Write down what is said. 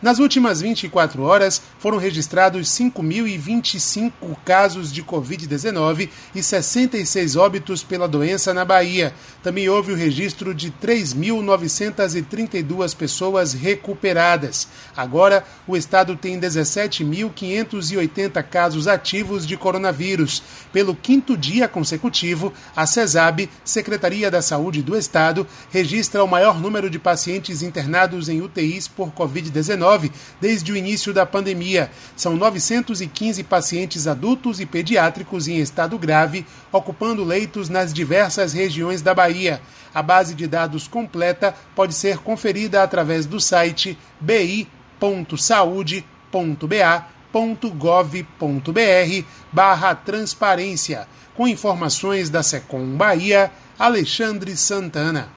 Nas últimas 24 horas, foram registrados 5.025 casos de Covid-19 e 66 óbitos pela doença na Bahia. Também houve o registro de 3.932 pessoas recuperadas. Agora, o estado tem 17.580 casos ativos de coronavírus. Pelo quinto dia consecutivo, a CESAB, Secretaria da Saúde do Estado, registra o maior número de pacientes internados em UTIs por Covid-19 desde o início da pandemia. São 915 pacientes adultos e pediátricos em estado grave, ocupando leitos nas diversas regiões da Bahia. A base de dados completa pode ser conferida através do site bi.saude.ba.gov.br/transparência. Com informações da Secom Bahia, Alexandre Santana.